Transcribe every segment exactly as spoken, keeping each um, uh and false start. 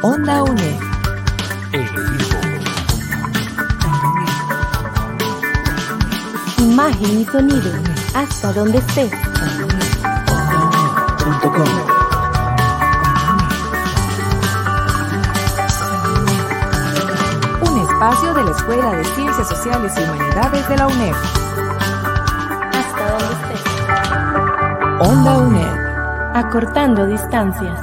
Onda U N E D. En vivo. Imagen y sonido, hasta donde estés. onda u n e d punto com. Un espacio de la Escuela de Ciencias Sociales y Humanidades de la U N E D. Hasta donde estés. Onda U N E D. Acortando distancias.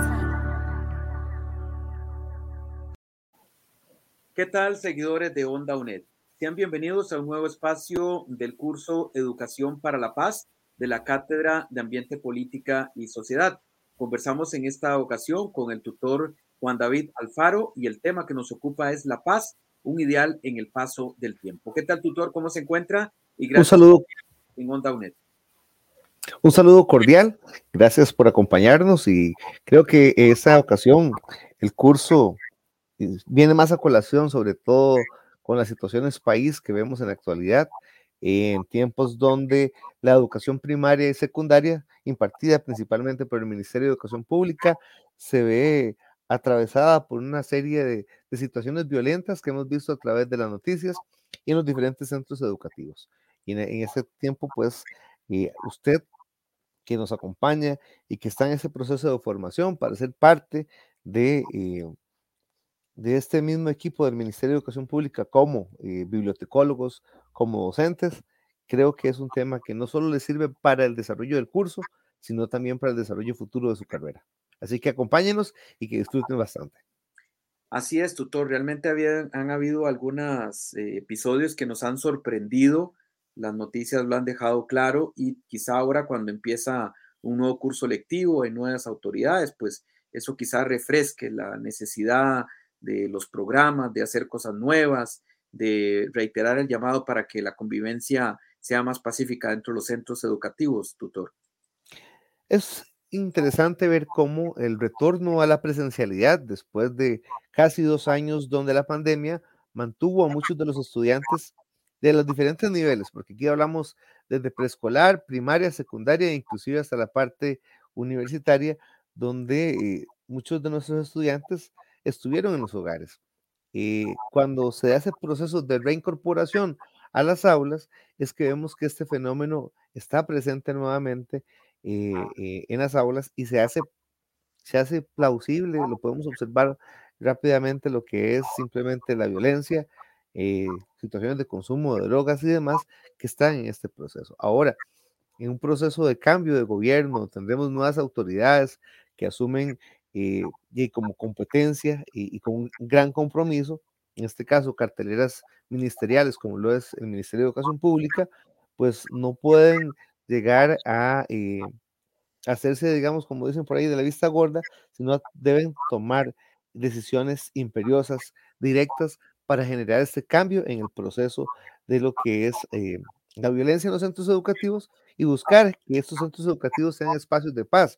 ¿Qué tal, seguidores de Onda U N E D? Sean bienvenidos a un nuevo espacio del curso Educación para la Paz de la Cátedra de Ambiente, Política y Sociedad. Conversamos en esta ocasión con el tutor Juan David Alfaro y el tema que nos ocupa es la paz, un ideal en el paso del tiempo. ¿Qué tal, tutor? ¿Cómo se encuentra? Y gracias un saludo en Onda U N E D. Un saludo cordial, gracias por acompañarnos y creo que esta ocasión el curso viene más a colación, sobre todo con las situaciones país que vemos en la actualidad, en tiempos donde la educación primaria y secundaria, impartida principalmente por el Ministerio de Educación Pública, se ve atravesada por una serie de, de situaciones violentas que hemos visto a través de las noticias y en los diferentes centros educativos. Y en, en ese tiempo, pues, eh, usted que nos acompaña y que está en ese proceso de formación para ser parte de... Eh, de este mismo equipo del Ministerio de Educación Pública como eh, bibliotecólogos, como docentes, creo que es un tema que no solo les sirve para el desarrollo del curso, sino también para el desarrollo futuro de su carrera. Así que acompáñenos y que disfruten bastante. Así es, tutor. Realmente había, han habido algunos eh, episodios que nos han sorprendido. Las noticias lo han dejado claro y quizá ahora cuando empieza un nuevo curso lectivo en nuevas autoridades, pues eso quizá refresque la necesidad de los programas, de hacer cosas nuevas, de reiterar el llamado para que la convivencia sea más pacífica dentro de los centros educativos, tutor. Es interesante ver cómo el retorno a la presencialidad después de casi dos años donde la pandemia mantuvo a muchos de los estudiantes de los diferentes niveles, porque aquí hablamos desde preescolar, primaria, secundaria e inclusive hasta la parte universitaria, donde eh, muchos de nuestros estudiantes estuvieron en los hogares. Eh, cuando se hace proceso de reincorporación a las aulas, es que vemos que este fenómeno está presente nuevamente eh, eh, en las aulas y se hace, se hace plausible, lo podemos observar rápidamente lo que es simplemente la violencia, eh, situaciones de consumo de drogas y demás que están en este proceso. Ahora, en un proceso de cambio de gobierno, tendremos nuevas autoridades que asumen eh, y como competencia y, y con un gran compromiso, en este caso carteleras ministeriales como lo es el Ministerio de Educación Pública, pues no pueden llegar a eh, hacerse, digamos, como dicen por ahí, de la vista gorda, sino deben tomar decisiones imperiosas, directas, para generar este cambio en el proceso de lo que es eh, la violencia en los centros educativos y buscar que estos centros educativos sean espacios de paz.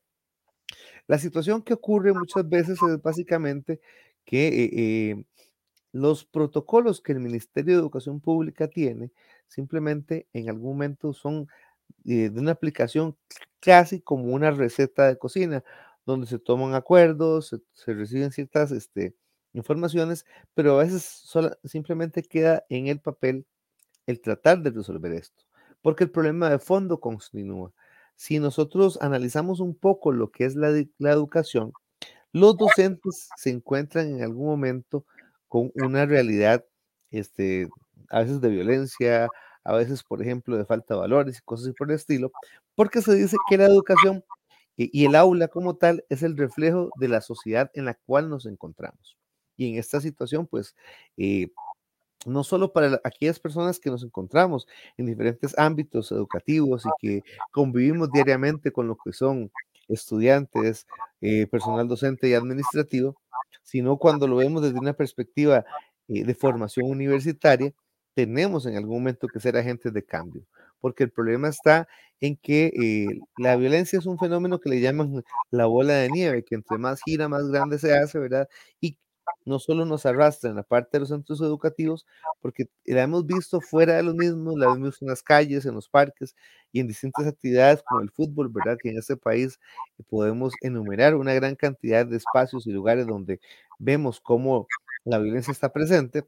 La situación que ocurre muchas veces es básicamente que eh, eh, los protocolos que el Ministerio de Educación Pública tiene simplemente en algún momento son eh, de una aplicación casi como una receta de cocina, donde se toman acuerdos, se, se reciben ciertas este, informaciones, pero a veces sola- simplemente queda en el papel el tratar de resolver esto, porque el problema de fondo continúa. Si nosotros analizamos un poco lo que es la, di- la educación, los docentes se encuentran en algún momento con una realidad, este, a veces de violencia, a veces, por ejemplo, de falta de valores y cosas así por el estilo, porque se dice que la educación y, y el aula como tal es el reflejo de la sociedad en la cual nos encontramos. Y en esta situación, pues, eh, no solo para la- aquellas personas que nos encontramos en diferentes ámbitos educativos y que convivimos diariamente con lo que son estudiantes, eh, personal docente y administrativo, sino cuando lo vemos desde una perspectiva eh, de formación universitaria, tenemos en algún momento que ser agentes de cambio, porque el problema está en que eh, la violencia es un fenómeno que le llaman la bola de nieve, que entre más gira, más grande se hace, ¿verdad? Y no solo nos arrastra en la parte de los centros educativos, porque la hemos visto fuera de los mismos, la vemos en las calles, en los parques y en distintas actividades como el fútbol, ¿verdad? Que en este país podemos enumerar una gran cantidad de espacios y lugares donde vemos cómo la violencia está presente.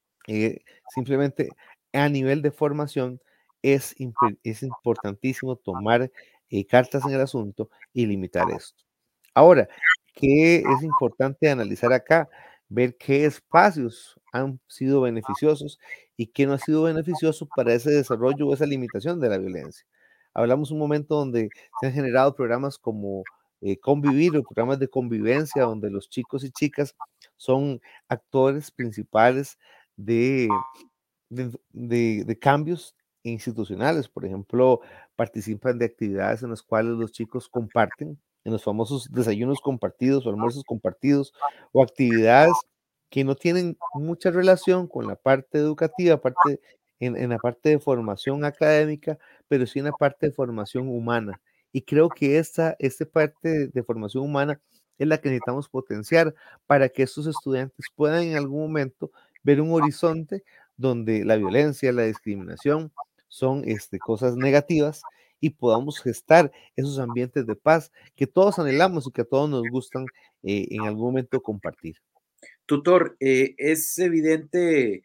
Eh, simplemente a nivel de formación es, impe- es importantísimo tomar eh, cartas en el asunto y limitar esto. Ahora, ¿qué es importante analizar acá? Ver qué espacios han sido beneficiosos y qué no ha sido beneficioso para ese desarrollo o esa limitación de la violencia. Hablamos un momento donde se han generado programas como eh, Convivir o programas de convivencia, donde los chicos y chicas son actores principales de de, de- de cambios institucionales. Por ejemplo, participan de actividades en las cuales los chicos comparten, en los famosos desayunos compartidos o almuerzos compartidos, o actividades que no tienen mucha relación con la parte educativa, parte, en, en la parte de formación académica, pero sí en la parte de formación humana. Y creo que esta, esta parte de, de formación humana es la que necesitamos potenciar para que estos estudiantes puedan en algún momento ver un horizonte donde la violencia, la discriminación son este, cosas negativas y podamos gestar esos ambientes de paz que todos anhelamos y que a todos nos gustan eh, en algún momento compartir. Tutor, eh, es evidente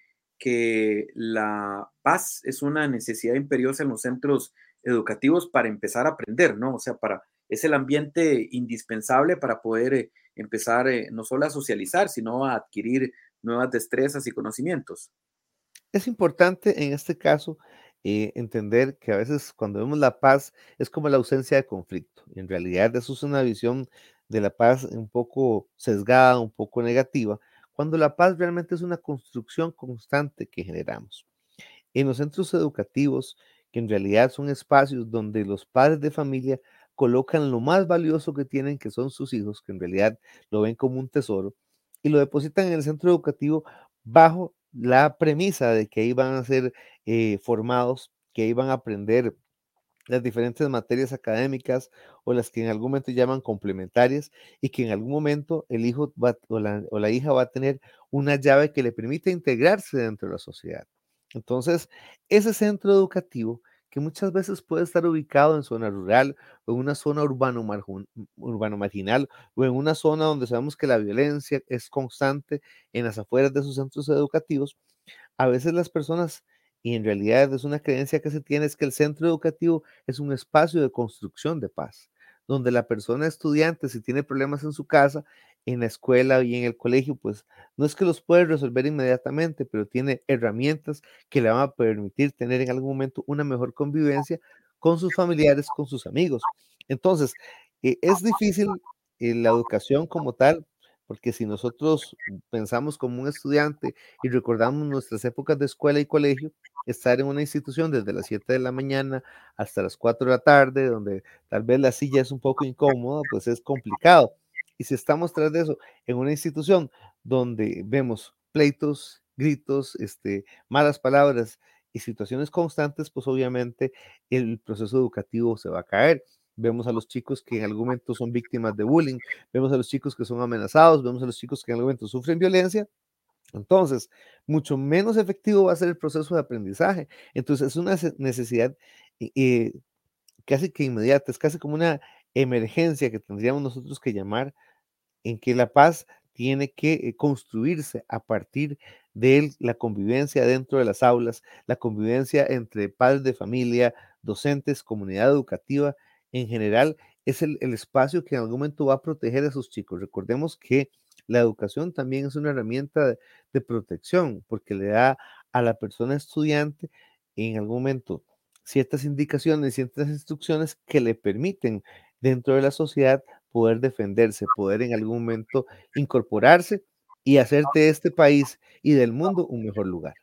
que la paz es una necesidad imperiosa en los centros educativos para empezar a aprender, ¿no? O sea, para, es el ambiente indispensable para poder eh, empezar eh, no solo a socializar, sino a adquirir nuevas destrezas y conocimientos. Es importante en este caso eh, entender que a veces cuando vemos la paz es como la ausencia de conflicto. En realidad eso es una visión de la paz un poco sesgada, un poco negativa, cuando la paz realmente es una construcción constante que generamos. En los centros educativos, que en realidad son espacios donde los padres de familia colocan lo más valioso que tienen, que son sus hijos, que en realidad lo ven como un tesoro, y lo depositan en el centro educativo bajo la premisa de que ahí van a ser eh, formados, que ahí van a aprender las diferentes materias académicas o las que en algún momento llaman complementarias y que en algún momento el hijo va, o, la, o la hija va a tener una llave que le permite integrarse dentro de la sociedad. Entonces, ese centro educativo que muchas veces puede estar ubicado en zona rural o en una zona urbano, marjun- urbano marginal o en una zona donde sabemos que la violencia es constante en las afueras de esos centros educativos, a veces las personas, y en realidad es una creencia que se tiene, es que el centro educativo es un espacio de construcción de paz, donde la persona estudiante, si tiene problemas en su casa, en la escuela y en el colegio, pues no es que los puede resolver inmediatamente, pero tiene herramientas que le van a permitir tener en algún momento una mejor convivencia con sus familiares, con sus amigos. Entonces, eh, es difícil eh, la educación como tal, porque si nosotros pensamos como un estudiante, y recordamos nuestras épocas de escuela y colegio, estar en una institución desde las siete de la mañana hasta las cuatro de la tarde, donde tal vez la silla es un poco incómoda, pues es complicado. Y si estamos tras de eso en una institución donde vemos pleitos, gritos, este, malas palabras y situaciones constantes, pues obviamente el proceso educativo se va a caer. Vemos a los chicos que en algún momento son víctimas de bullying, vemos a los chicos que son amenazados, vemos a los chicos que en algún momento sufren violencia. Entonces, mucho menos efectivo va a ser el proceso de aprendizaje. Entonces, es una se- necesidad eh, eh, casi que inmediata, es casi como una emergencia que tendríamos nosotros que llamar, en que la paz tiene que eh, construirse a partir de la convivencia dentro de las aulas, la convivencia entre padres de familia, docentes, comunidad educativa en general, es el, el espacio que en algún momento va a proteger a esos chicos. Recordemos que la educación también es una herramienta de, de protección, porque le da a la persona estudiante en algún momento ciertas indicaciones, ciertas instrucciones que le permiten dentro de la sociedad poder defenderse, poder en algún momento incorporarse y hacer de este país y del mundo un mejor lugar.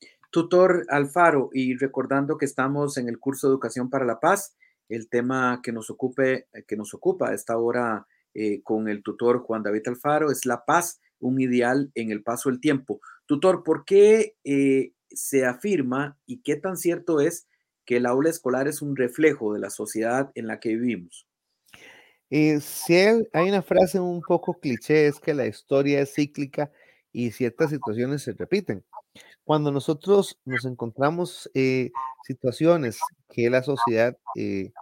Tutor Alfaro, y recordando que estamos en el curso de Educación para la Paz, el tema que nos ocupe, eh, que nos ocupa a esta hora eh, con el tutor Juan David Alfaro es la paz, un ideal en el paso del tiempo. Tutor, ¿por qué eh, se afirma y qué tan cierto es que el aula escolar es un reflejo de la sociedad en la que vivimos? Eh, si hay, hay una frase un poco cliché, es que la historia es cíclica y ciertas situaciones se repiten. Cuando nosotros nos encontramos eh, situaciones que la sociedad eh,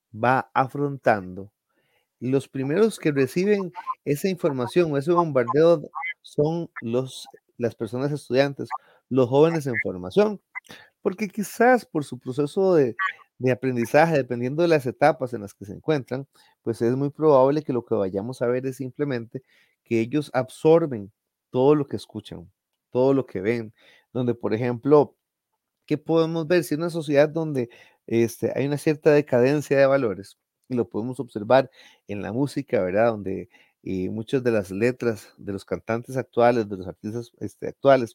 va afrontando, los primeros que reciben esa información o ese bombardeo son los, las personas estudiantes, los jóvenes en formación, porque quizás por su proceso de, de aprendizaje, dependiendo de las etapas en las que se encuentran, pues es muy probable que lo que vayamos a ver es simplemente que ellos absorben todo lo que escuchan, todo lo que ven, donde por ejemplo, ¿qué podemos ver? Si es una sociedad donde este, hay una cierta decadencia de valores, y lo podemos observar en la música, ¿verdad? Donde eh, muchas de las letras de los cantantes actuales, de los artistas este, actuales,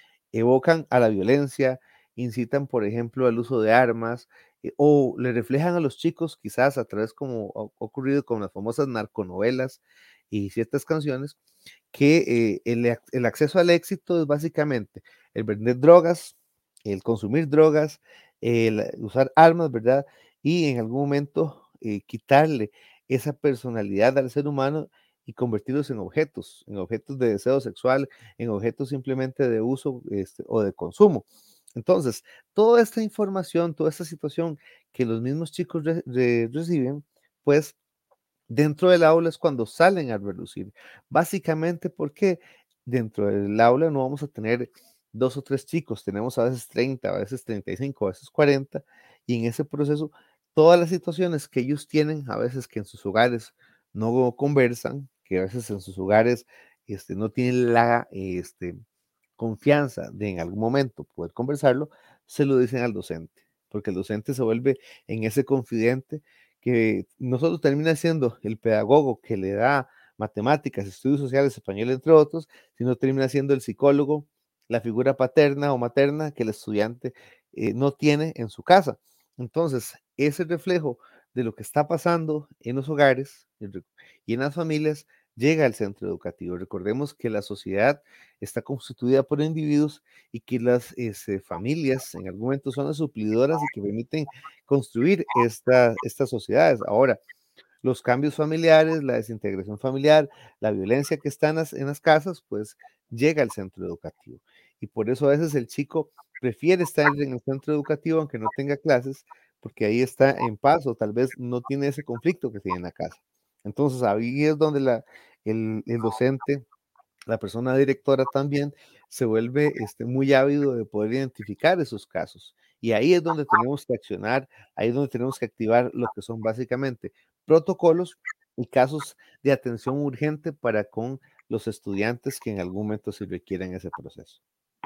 evocan a la violencia, incitan, por ejemplo, al uso de armas, eh, o le reflejan a los chicos, quizás a través como ha ocurrido con las famosas narconovelas y ciertas canciones, que eh, el, ac- el acceso al éxito es básicamente el vender drogas, el consumir drogas, el usar armas, ¿verdad? Y en algún momento eh, quitarle esa personalidad al ser humano y convertirlos en objetos, en objetos de deseo sexual, en objetos simplemente de uso este, o de consumo. Entonces, toda esta información, toda esta situación que los mismos chicos re- re- reciben, pues dentro del aula es cuando salen a relucir. Básicamente porque dentro del aula no vamos a tener dos o tres chicos, tenemos a veces treinta, a veces treinta y cinco, a veces cuarenta, y en ese proceso todas las situaciones que ellos tienen, a veces que en sus hogares no conversan, que a veces en sus hogares este, no tienen la este, confianza de en algún momento poder conversarlo, se lo dicen al docente, porque el docente se vuelve en ese confidente que no solo termina siendo el pedagogo que le da matemáticas, estudios sociales, español, entre otros, sino termina siendo el psicólogo, la figura paterna o materna que el estudiante eh, no tiene en su casa. Entonces, ese reflejo de lo que está pasando en los hogares y en las familias llega al centro educativo. Recordemos que la sociedad está constituida por individuos y que las este, familias en algún momento son las suplidoras y que permiten construir esta, estas sociedades. Ahora, los cambios familiares, la desintegración familiar, la violencia que está en las, en las casas, pues llega al centro educativo. Y por eso a veces el chico prefiere estar en el centro educativo aunque no tenga clases, porque ahí está en paz o tal vez no tiene ese conflicto que tiene en la casa. Entonces ahí es donde la, el, el docente, la persona directora también se vuelve este, muy ávido de poder identificar esos casos. Y ahí es donde tenemos que accionar, ahí es donde tenemos que activar lo que son básicamente protocolos y casos de atención urgente para con los estudiantes que en algún momento se requieren ese proceso.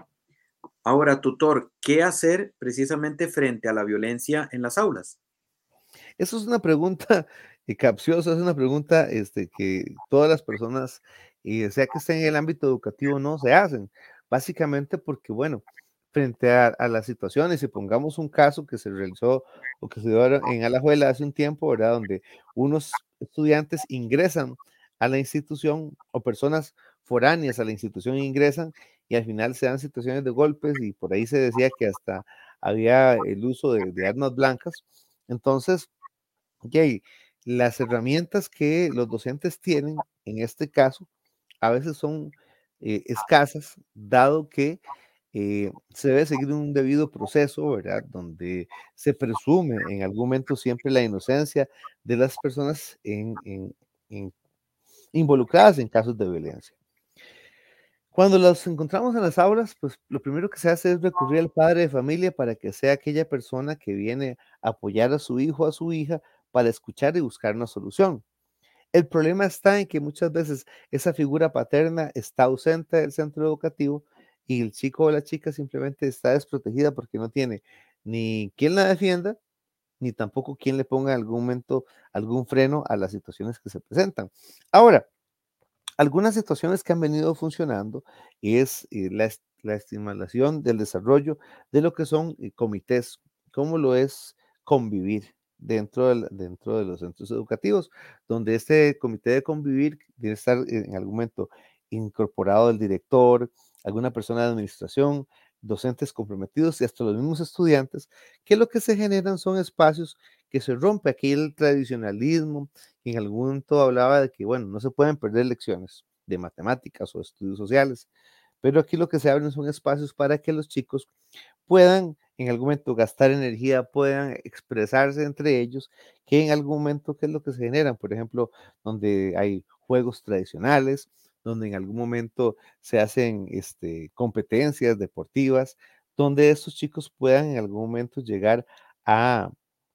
Ahora, tutor, ¿qué hacer precisamente frente a la violencia en las aulas? Eso es una pregunta eh, capciosa, es una pregunta este, que todas las personas, y sea que estén en el ámbito educativo, no se hacen. Básicamente porque, bueno, frente a, a las situaciones, si pongamos un caso que se realizó o que se dio ahora en Alajuela hace un tiempo, ¿verdad? Donde unos estudiantes ingresan a la institución o personas foráneas a la institución ingresan y al final se dan situaciones de golpes y por ahí se decía que hasta había el uso de, de armas blancas. Entonces, Jay, las herramientas que los docentes tienen en este caso a veces son eh, escasas, dado que eh, se debe seguir un debido proceso, ¿verdad? Donde se presume en algún momento siempre la inocencia de las personas en- en- en- involucradas en casos de violencia. Cuando los encontramos en las aulas, pues lo primero que se hace es recurrir al padre de familia para que sea aquella persona que viene a apoyar a su hijo o a su hija para escuchar y buscar una solución. El problema está en que muchas veces esa figura paterna está ausente del centro educativo y el chico o la chica simplemente está desprotegida porque no tiene ni quien la defienda, ni tampoco quien le ponga en algún momento algún freno a las situaciones que se presentan. Ahora, algunas situaciones que han venido funcionando es eh, la, es- la estimulación del desarrollo de lo que son eh, comités, como lo es convivir dentro, del- dentro de los centros educativos, donde este comité de convivir debe estar eh, en algún momento incorporado el director, alguna persona de administración, docentes comprometidos y hasta los mismos estudiantes, que lo que se generan son espacios que se rompe aquel tradicionalismo, que en algún momento hablaba de que, bueno, no se pueden perder lecciones de matemáticas o estudios sociales, pero aquí lo que se abren son espacios para que los chicos puedan en algún momento gastar energía, puedan expresarse entre ellos, que en algún momento, ¿qué es lo que se generan? Por ejemplo, donde hay juegos tradicionales, donde en algún momento se hacen este, competencias deportivas, donde estos chicos puedan en algún momento llegar a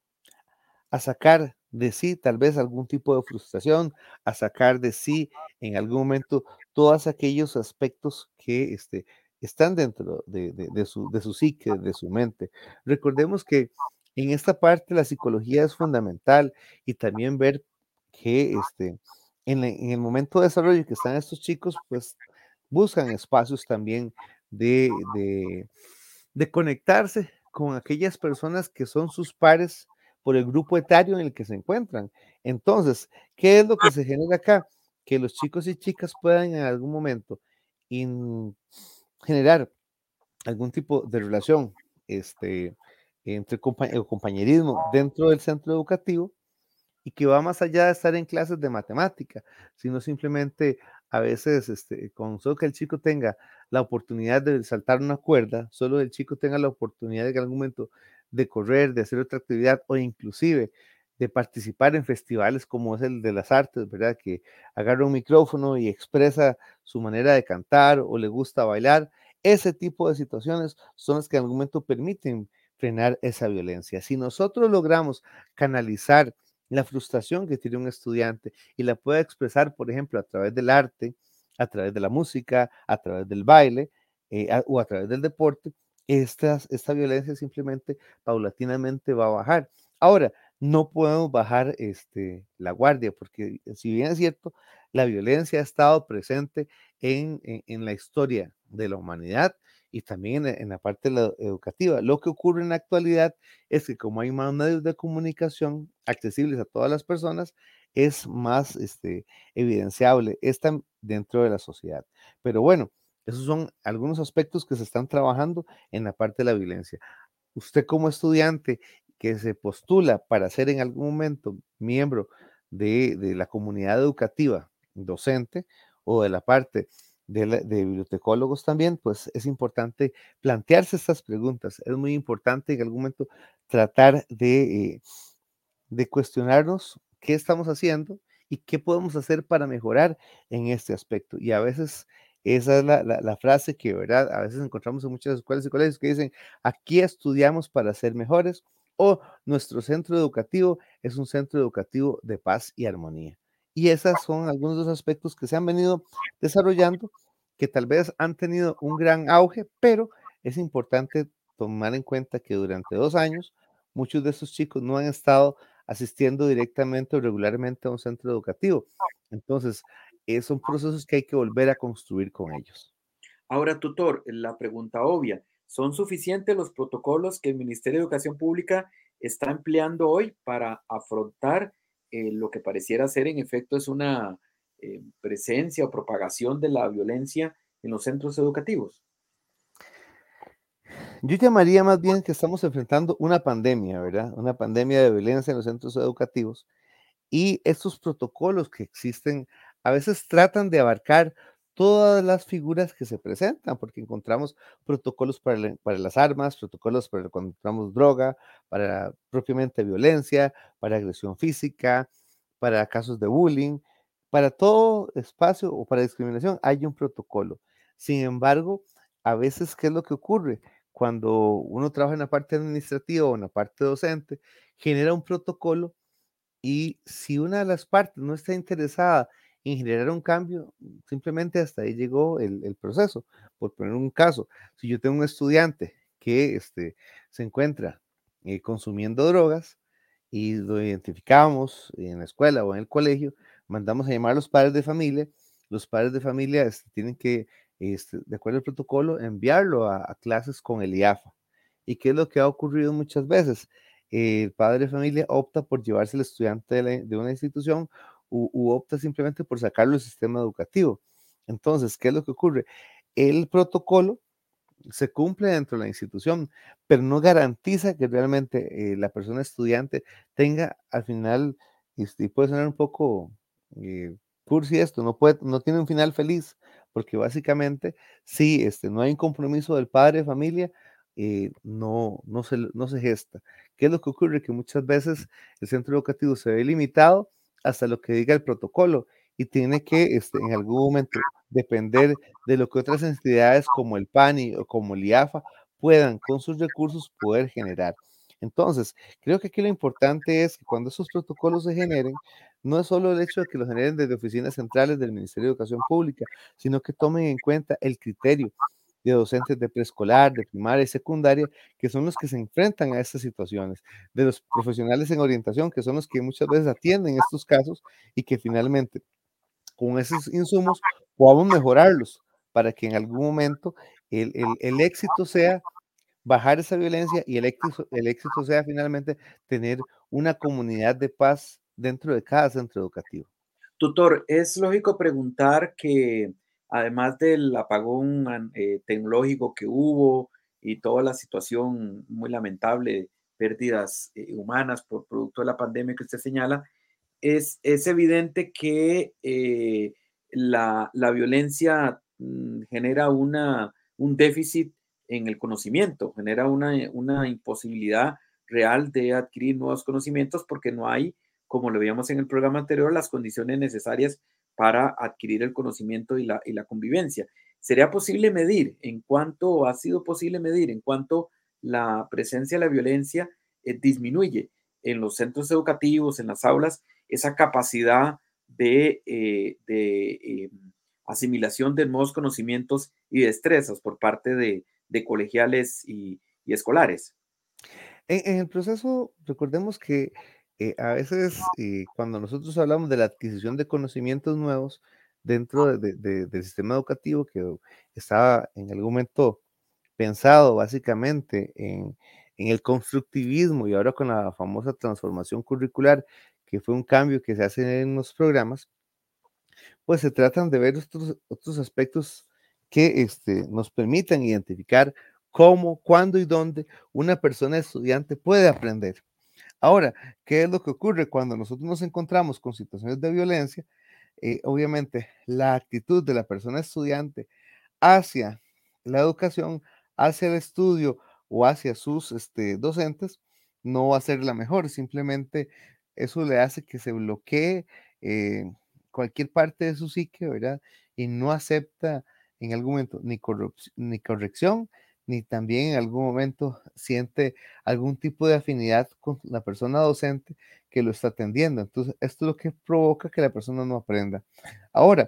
a sacar de sí tal vez algún tipo de frustración, a sacar de sí en algún momento todos aquellos aspectos que este, están dentro de, de- de su, de su psique, de su mente. Recordemos que en esta parte la psicología es fundamental y también ver que este, en, la- en el momento de desarrollo que están estos chicos, pues buscan espacios también de, de de conectarse con aquellas personas que son sus pares por el grupo etario en el que se encuentran. Entonces, ¿qué es lo que se genera acá? Que los chicos y chicas puedan en algún momento in- generar algún tipo de relación este, entre compa- el compañerismo dentro del centro educativo y que va más allá de estar en clases de matemática, sino simplemente a veces este, con solo que el chico tenga la oportunidad de saltar una cuerda, solo el chico tenga la oportunidad en algún momento de correr, de hacer otra actividad o inclusive de participar en festivales como es el de las artes, ¿verdad? Que agarra un micrófono y expresa su manera de cantar o le gusta bailar. Ese tipo de situaciones son las que en algún momento permiten frenar esa violencia. Si nosotros logramos canalizar la frustración que tiene un estudiante y la puede expresar, por ejemplo, a través del arte, a través de la música, a través del baile eh, a- o a través del deporte, estas- esta violencia simplemente paulatinamente va a bajar. Ahora, no podemos bajar este, la guardia, porque si bien es cierto, la violencia ha estado presente en, en- en la historia de la humanidad y también en, en la parte de la educativa. Lo que ocurre en la actualidad es que como hay más medios de comunicación accesibles a todas las personas, es más este, evidenciable, están dentro de la sociedad. Pero bueno, esos son algunos aspectos que se están trabajando en la parte de la violencia. Usted como estudiante que se postula para ser en algún momento miembro de, de la comunidad educativa docente o de la parte de, la- de bibliotecólogos también, pues es importante plantearse estas preguntas. Es muy importante en algún momento tratar de, eh, de cuestionarnos qué estamos haciendo y qué podemos hacer para mejorar en este aspecto. Y a veces esa es la, la- la frase que, ¿verdad? A veces encontramos en muchas escuelas y colegios que dicen, aquí estudiamos para ser mejores o nuestro centro educativo es un centro educativo de paz y armonía. Y esos son algunos de los aspectos que se han venido desarrollando, que tal vez han tenido un gran auge, pero es importante tomar en cuenta que durante dos años muchos de estos chicos no han estado asistiendo directamente o regularmente a un centro educativo. Entonces, eh, son procesos que hay que volver a construir con ellos. Ahora, tutor, la pregunta obvia, ¿son suficientes los protocolos que el Ministerio de Educación Pública está empleando hoy para afrontar eh, lo que pareciera ser en efecto es una eh, presencia o propagación de la violencia en los centros educativos? Yo llamaría más bien que estamos enfrentando una pandemia, ¿verdad? Una pandemia de violencia en los centros educativos y estos protocolos que existen a veces tratan de abarcar todas las figuras que se presentan, porque encontramos protocolos para, la- para las armas, protocolos para cuando encontramos droga, para propiamente violencia, para agresión física, para casos de bullying, para todo espacio o para discriminación hay un protocolo. Sin embargo, a veces, ¿qué es lo que ocurre? Cuando uno trabaja en la parte administrativa o en la parte docente, genera un protocolo y si una de las partes no está interesada en generar un cambio, simplemente hasta ahí llegó el, el proceso. Por poner un caso, si yo tengo un estudiante que este, se encuentra eh, consumiendo drogas y lo identificamos en la escuela o en el colegio, mandamos a llamar a los padres de familia. Los padres de familia este, tienen que, este, de acuerdo al protocolo, enviarlo a, a clases con el I A F A. ¿Y qué es lo que ha ocurrido muchas veces? El padre de familia opta por llevarse al estudiante de, la- de una institución u, u opta simplemente por sacarlo del sistema educativo. Entonces, ¿qué es lo que ocurre? El protocolo se cumple dentro de la institución, pero no garantiza que realmente eh, la persona estudiante tenga al final y, y puede sonar un poco eh, cursi esto, no, puede, no tiene un final feliz, porque básicamente, si este, no hay un compromiso del padre de familia, eh, no, no, se, no se gesta. ¿Qué es lo que ocurre? Que muchas veces el centro educativo se ve limitado hasta lo que diga el protocolo y tiene que este, en algún momento depender de lo que otras entidades como el PANI o como el IAFA puedan con sus recursos poder generar. Entonces, creo que aquí lo importante es que cuando esos protocolos se generen, no es solo el hecho de que los generen desde oficinas centrales del Ministerio de Educación Pública, sino que tomen en cuenta el criterio de docentes de preescolar, de primaria y secundaria, que son los que se enfrentan a estas situaciones, de los profesionales en orientación, que son los que muchas veces atienden estos casos y que finalmente con esos insumos podamos mejorarlos para que en algún momento el, el, el éxito sea bajar esa violencia y el éxito, el éxito sea finalmente tener una comunidad de paz dentro de cada centro educativo. Tutor, es lógico preguntar que además del apagón an- eh, tecnológico que hubo y toda la situación muy lamentable, pérdidas eh, humanas por producto de la pandemia que usted señala, es, es evidente que eh, la, la violencia mm, genera una, un déficit en el conocimiento, genera una, una imposibilidad real de adquirir nuevos conocimientos porque no hay, como lo veíamos en el programa anterior, las condiciones necesarias para adquirir el conocimiento y la, y la convivencia. ¿Sería posible medir en cuánto, o ha sido posible medir en cuánto la presencia de la violencia eh, disminuye en los centros educativos, en las aulas, esa capacidad de, eh, de eh, asimilación de nuevos conocimientos y destrezas por parte de, de colegiales y, y escolares? En, en el proceso, recordemos que eh, a veces eh, cuando nosotros hablamos de la adquisición de conocimientos nuevos dentro de- de- de- del sistema educativo que estaba en algún momento pensado básicamente en, en el constructivismo y ahora con la famosa transformación curricular, que fue un cambio que se hace en los programas, pues se tratan de ver otros, otros aspectos que este, nos permitan identificar cómo, cuándo y dónde una persona estudiante puede aprender. Ahora, ¿qué es lo que ocurre cuando nosotros nos encontramos con situaciones de violencia? Eh, obviamente, la actitud de la persona estudiante hacia la educación, hacia el estudio o hacia sus este, docentes, no va a ser la mejor. Simplemente eso le hace que se bloquee eh, cualquier parte de su psique, ¿verdad? Y no acepta en algún momento ni, corrup- ni corrección, ni también en algún momento siente algún tipo de afinidad con la persona docente que lo está atendiendo. Entonces, esto es lo que provoca que la persona no aprenda. Ahora,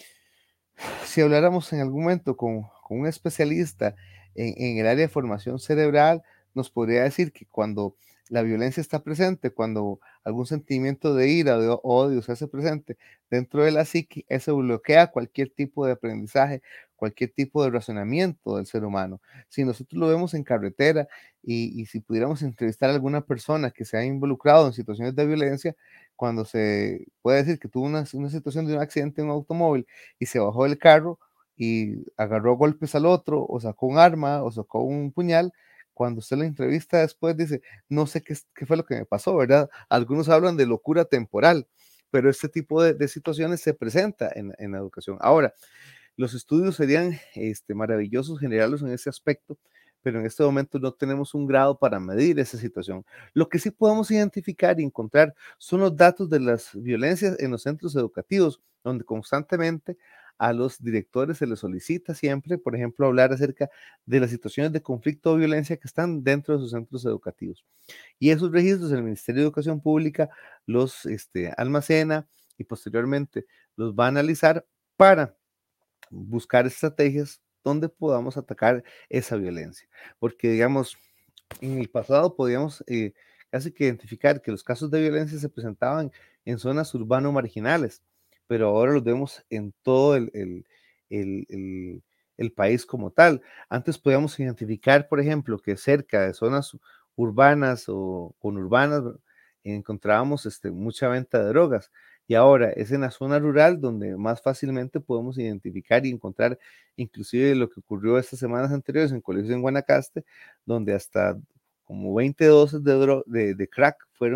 si habláramos en algún momento con, con un especialista en, en el área de formación cerebral, nos podría decir que cuando la violencia está presente, cuando algún sentimiento de ira o de odio se hace presente dentro de la psique, eso bloquea cualquier tipo de aprendizaje, cualquier tipo de razonamiento del ser humano. Si nosotros lo vemos en carretera y, y si pudiéramos entrevistar a alguna persona que se ha involucrado en situaciones de violencia, cuando se puede decir que tuvo una, una situación de un accidente en un automóvil, y se bajó del carro y agarró golpes al otro, o sacó un arma, o sacó un puñal. Cuando usted la entrevista después dice, no sé qué, qué fue lo que me pasó, ¿verdad? Algunos hablan de locura temporal, pero este tipo de, de situaciones se presenta en, en la educación. Ahora, los estudios serían este, maravillosos generarlos en ese aspecto, pero en este momento no tenemos un grado para medir esa situación. Lo que sí podemos identificar y encontrar son los datos de las violencias en los centros educativos, donde constantemente a los directores se les solicita siempre, por ejemplo, hablar acerca de las situaciones de conflicto o violencia que están dentro de sus centros educativos. Y esos registros el Ministerio de Educación Pública los este, almacena y posteriormente los va a analizar para buscar estrategias donde podamos atacar esa violencia. Porque, digamos, en el pasado podíamos eh, casi que identificar que los casos de violencia se presentaban en zonas urbano-marginales, pero ahora los vemos en todo el, el, el, el, el país como tal. Antes podíamos identificar, por ejemplo, que cerca de zonas urbanas o conurbanas encontrábamos este, mucha venta de drogas. Y ahora es en la zona rural donde más fácilmente podemos identificar y encontrar inclusive lo que ocurrió estas semanas anteriores en colegios en Guanacaste, donde hasta como veinte dosis de, de, de crack fueron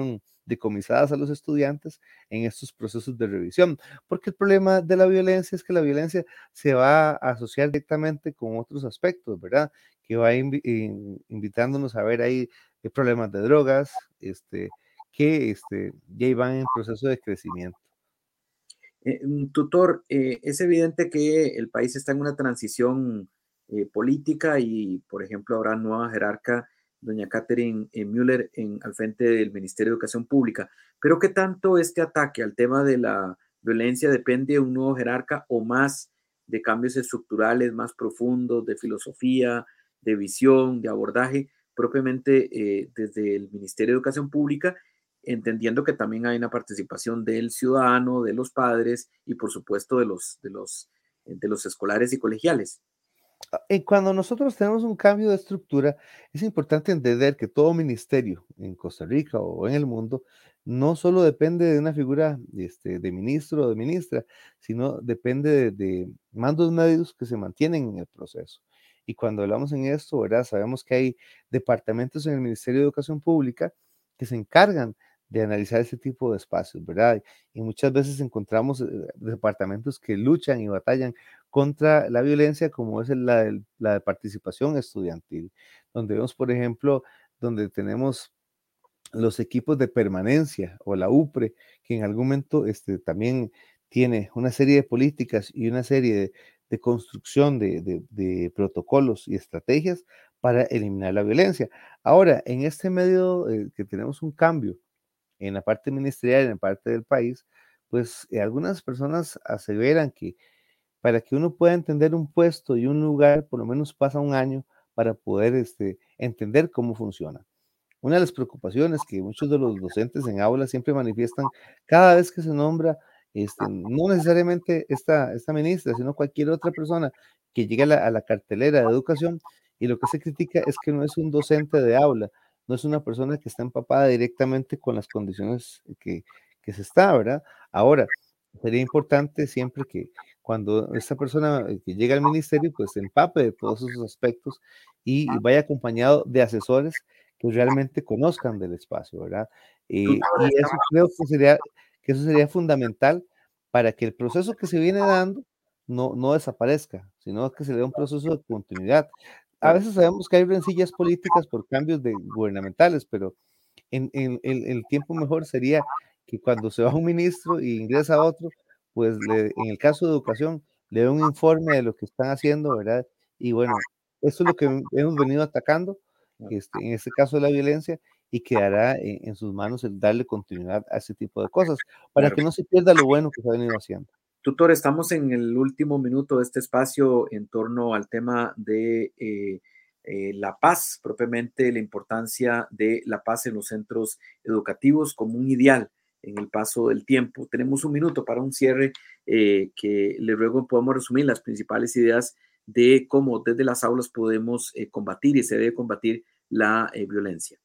decomisadas a los estudiantes en estos procesos de revisión, porque el problema de la violencia es que la violencia se va a asociar directamente con otros aspectos, ¿verdad? Que va invi in, invitándonos a ver ahí eh, problemas de drogas, este, que este, ya van en proceso de crecimiento. Eh, tutor, eh, es evidente que el país está en una transición eh, política y, por ejemplo, habrá nueva jerarca, doña Catherine eh, Müller, en, al frente del Ministerio de Educación Pública. Pero ¿qué tanto este ataque al tema de la violencia depende de un nuevo jerarca o más de cambios estructurales más profundos, de filosofía, de visión, de abordaje, propiamente eh, desde el Ministerio de Educación Pública, entendiendo que también hay una participación del ciudadano, de los padres y por supuesto de los, de los, de los escolares y colegiales? Y cuando nosotros tenemos un cambio de estructura, es importante entender que todo ministerio en Costa Rica o en el mundo no solo depende de una figura este, de ministro o de ministra, sino depende de, de mandos medios que se mantienen en el proceso. Y cuando hablamos en esto, ¿verdad? Sabemos que hay departamentos en el Ministerio de Educación Pública que se encargan de analizar ese tipo de espacios, ¿verdad? Y muchas veces encontramos eh, departamentos que luchan y batallan contra la violencia, como es la de, la de participación estudiantil, donde vemos, por ejemplo, donde tenemos los equipos de permanencia o la U P R E, que en algún momento este, también tiene una serie de políticas y una serie de, de construcción de, de, de protocolos y estrategias para eliminar la violencia. Ahora, en este medio eh, que tenemos un cambio en la parte ministerial, en la parte del país, pues eh, algunas personas aseveran que para que uno pueda entender un puesto y un lugar, por lo menos pasa un año para poder este, entender cómo funciona. Una de las preocupaciones que muchos de los docentes en aula siempre manifiestan cada vez que se nombra, este, no necesariamente esta, esta ministra, sino cualquier otra persona que llegue a la, a la cartelera de educación, y lo que se critica es que no es un docente de aula, no es una persona que está empapada directamente con las condiciones que, que se está, ¿verdad? Ahora, sería importante siempre que cuando esta persona que llega al ministerio, pues se empape de todos esos aspectos y, y vaya acompañado de asesores que realmente conozcan del espacio, ¿verdad? Eh, y eso creo que sería, que eso sería fundamental para que el proceso que se viene dando no, no desaparezca, sino que se dé un proceso de continuidad. A veces sabemos que hay rencillas políticas por cambios de gubernamentales, pero en, en, en el tiempo mejor sería que cuando se va un ministro y ingresa otro, pues le, en el caso de educación, le dé un informe de lo que están haciendo, ¿verdad? Y bueno, eso es lo que hemos venido atacando, este, en este caso de la violencia, y quedará en, en sus manos el darle continuidad a ese tipo de cosas, para que no se pierda lo bueno que se ha venido haciendo. Tutor, estamos en el último minuto de este espacio en torno al tema de eh, eh, la paz, propiamente la importancia de la paz en los centros educativos como un ideal en el paso del tiempo. Tenemos un minuto para un cierre eh, que le ruego podemos resumir las principales ideas de cómo desde las aulas podemos eh, combatir y se debe combatir la eh, violencia.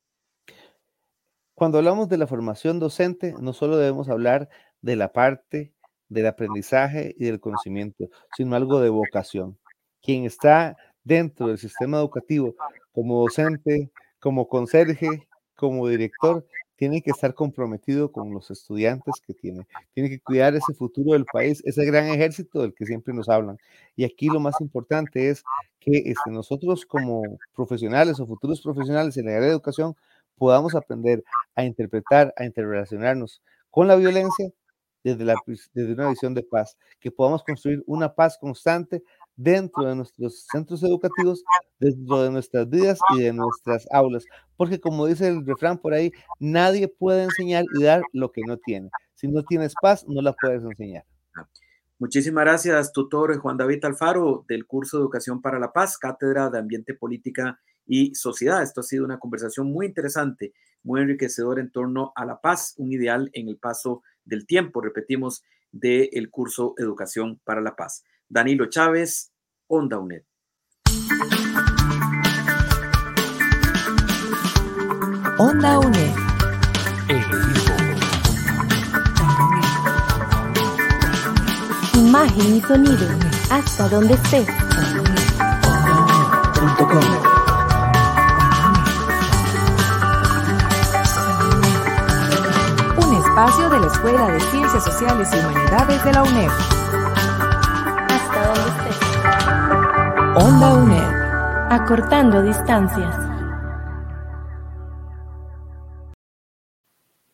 Cuando hablamos de la formación docente, no solo debemos hablar de la parte del aprendizaje y del conocimiento, sino algo de vocación. Quien está dentro del sistema educativo como docente, como conserje, como director, tiene que estar comprometido con los estudiantes que tiene, tiene que cuidar ese futuro del país, ese gran ejército del que siempre nos hablan. Y aquí lo más importante es que este, nosotros como profesionales o futuros profesionales en la área de educación podamos aprender a interpretar, a interrelacionarnos con la violencia desde, la, desde una visión de paz, que podamos construir una paz constante dentro de nuestros centros educativos, dentro de nuestras vidas y de nuestras aulas, porque como dice el refrán por ahí, nadie puede enseñar y dar lo que no tiene. Si no tienes paz, no la puedes enseñar. Muchísimas gracias, tutor Juan David Alfaro, del curso de Educación para la Paz, Cátedra de Ambiente, Política y Sociedad. Esto ha sido una conversación muy interesante, muy enriquecedora en torno a la paz, un ideal en el paso del tiempo, repetimos, del curso Educación para la Paz. Danilo Chávez, Onda U N E D. Onda U N E D. En vivo. Imagen y sonido, hasta donde estés. punto com espacio de la Escuela de Ciencias Sociales y Humanidades de la UNED. Hasta donde estés. Onda UNED, acortando distancias.